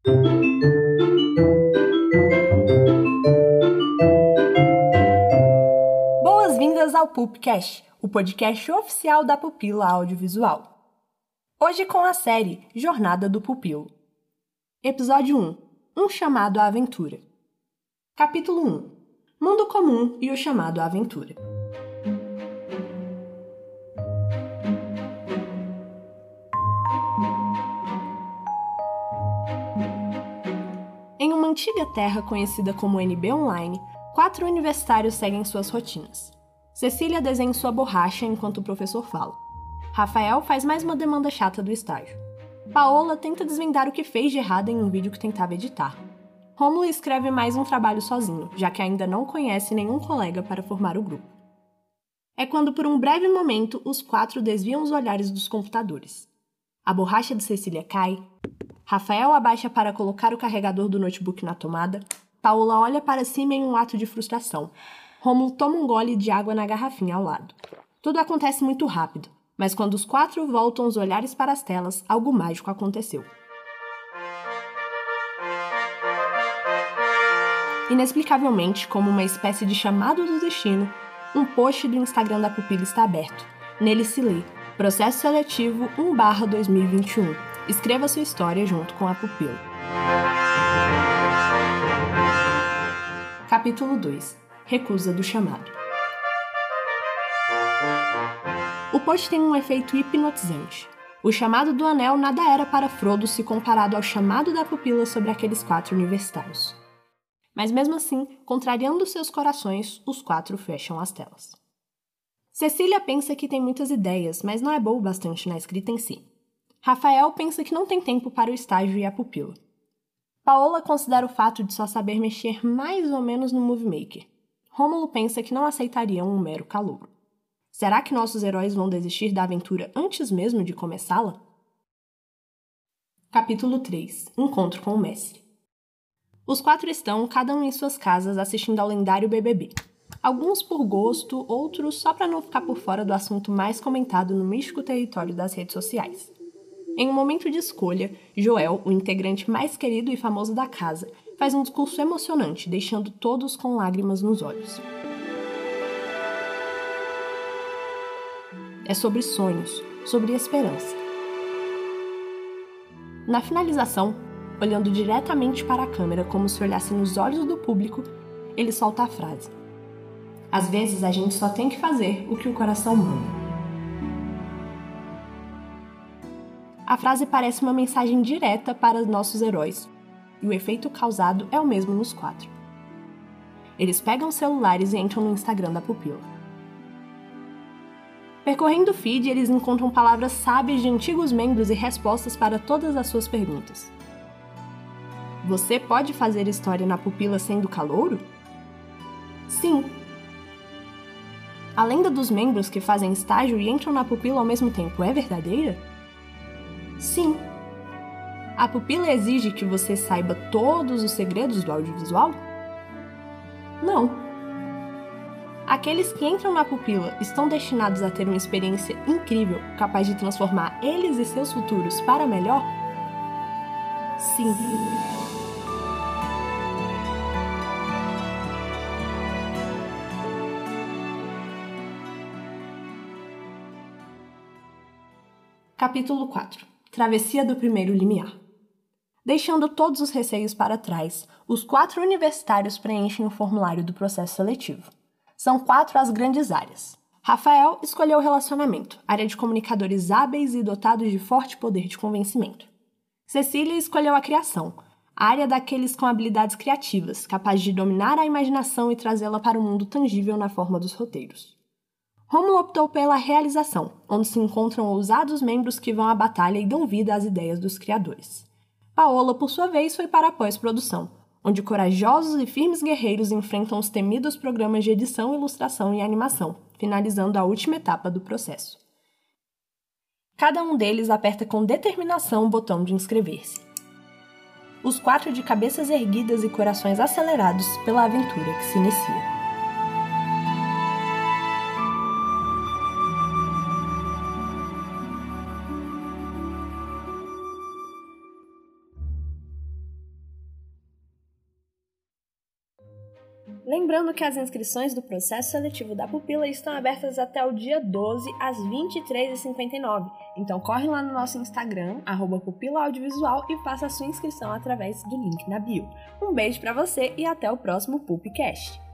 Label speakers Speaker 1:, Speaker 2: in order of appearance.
Speaker 1: Boas-vindas ao Pupcast, o podcast oficial da Pupila Audiovisual. Hoje com a série Jornada do Pupilo. Episódio 1. Um chamado à aventura. Capítulo 1. Mundo comum e o chamado à aventura. Em uma antiga terra conhecida como NB Online, 4 universitários seguem suas rotinas. Cecília desenha sua borracha enquanto o professor fala. Rafael faz mais uma demanda chata do estágio. Paola tenta desvendar o que fez de errado em um vídeo que tentava editar. Rômulo escreve mais um trabalho sozinho, já que ainda não conhece nenhum colega para formar o grupo. É quando, por um breve momento, os 4 desviam os olhares dos computadores. A borracha de Cecília cai, Rafael abaixa para colocar o carregador do notebook na tomada, Paola olha para cima em um ato de frustração. Rômulo toma um gole de água na garrafinha ao lado. Tudo acontece muito rápido, mas quando os 4 voltam os olhares para as telas, algo mágico aconteceu. Inexplicavelmente, como uma espécie de chamado do destino, um post do Instagram da Pupila está aberto. Nele se lê: Processo Seletivo 1/2021. Escreva sua história junto com a Pupila. Capítulo 2. Recusa do chamado. O post tem um efeito hipnotizante. O chamado do anel nada era para Frodo se comparado ao chamado da Pupila sobre aqueles 4 universitários. Mas mesmo assim, contrariando seus corações, os 4 fecham as telas. Cecília pensa que tem muitas ideias, mas não é boa o bastante na escrita em si. Rafael pensa que não tem tempo para o estágio e a pupila. Paola considera o fato de só saber mexer mais ou menos no Movie Maker. Rômulo pensa que não aceitaria um mero calouro. Será que nossos heróis vão desistir da aventura antes mesmo de começá-la? Capítulo 3. Encontro com o mestre. Os 4 estão, cada um em suas casas, assistindo ao lendário BBB. Alguns por gosto, outros só para não ficar por fora do assunto mais comentado no místico território das redes sociais. Em um momento de escolha, Joel, o integrante mais querido e famoso da casa, faz um discurso emocionante, deixando todos com lágrimas nos olhos. É sobre sonhos, sobre esperança. Na finalização, olhando diretamente para a câmera como se olhasse nos olhos do público, ele solta a frase: Às vezes a gente só tem que fazer o que o coração manda. A frase parece uma mensagem direta para nossos heróis, e o efeito causado é o mesmo nos 4. Eles pegam os celulares e entram no Instagram da Pupila. Percorrendo o feed, eles encontram palavras sábias de antigos membros e respostas para todas as suas perguntas. Você pode fazer história na Pupila sendo calouro? Sim. A lenda dos membros que fazem estágio e entram na Pupila ao mesmo tempo é verdadeira? Sim. A Pupila exige que você saiba todos os segredos do audiovisual? Não. Aqueles que entram na Pupila estão destinados a ter uma experiência incrível, capaz de transformar eles e seus futuros para melhor? Sim. Capítulo 4. Travessia do primeiro limiar. Deixando todos os receios para trás, os 4 universitários preenchem o formulário do processo seletivo. São 4 as grandes áreas. Rafael escolheu o relacionamento, área de comunicadores hábeis e dotados de forte poder de convencimento. Cecília escolheu a criação, área daqueles com habilidades criativas, capaz de dominar a imaginação e trazê-la para o mundo tangível na forma dos roteiros. Rômulo optou pela realização, onde se encontram ousados membros que vão à batalha e dão vida às ideias dos criadores. Paola, por sua vez, foi para a pós-produção, onde corajosos e firmes guerreiros enfrentam os temidos programas de edição, ilustração e animação, finalizando a última etapa do processo. Cada um deles aperta com determinação o botão de inscrever-se. Os 4 de cabeças erguidas e corações acelerados pela aventura que se inicia. Lembrando que as inscrições do processo seletivo da Pupila estão abertas até o dia 12, às 23h59. Então corre lá no nosso Instagram, @pupilaaudiovisual, e faça a sua inscrição através do link na bio. Um beijo pra você e até o próximo PupCast!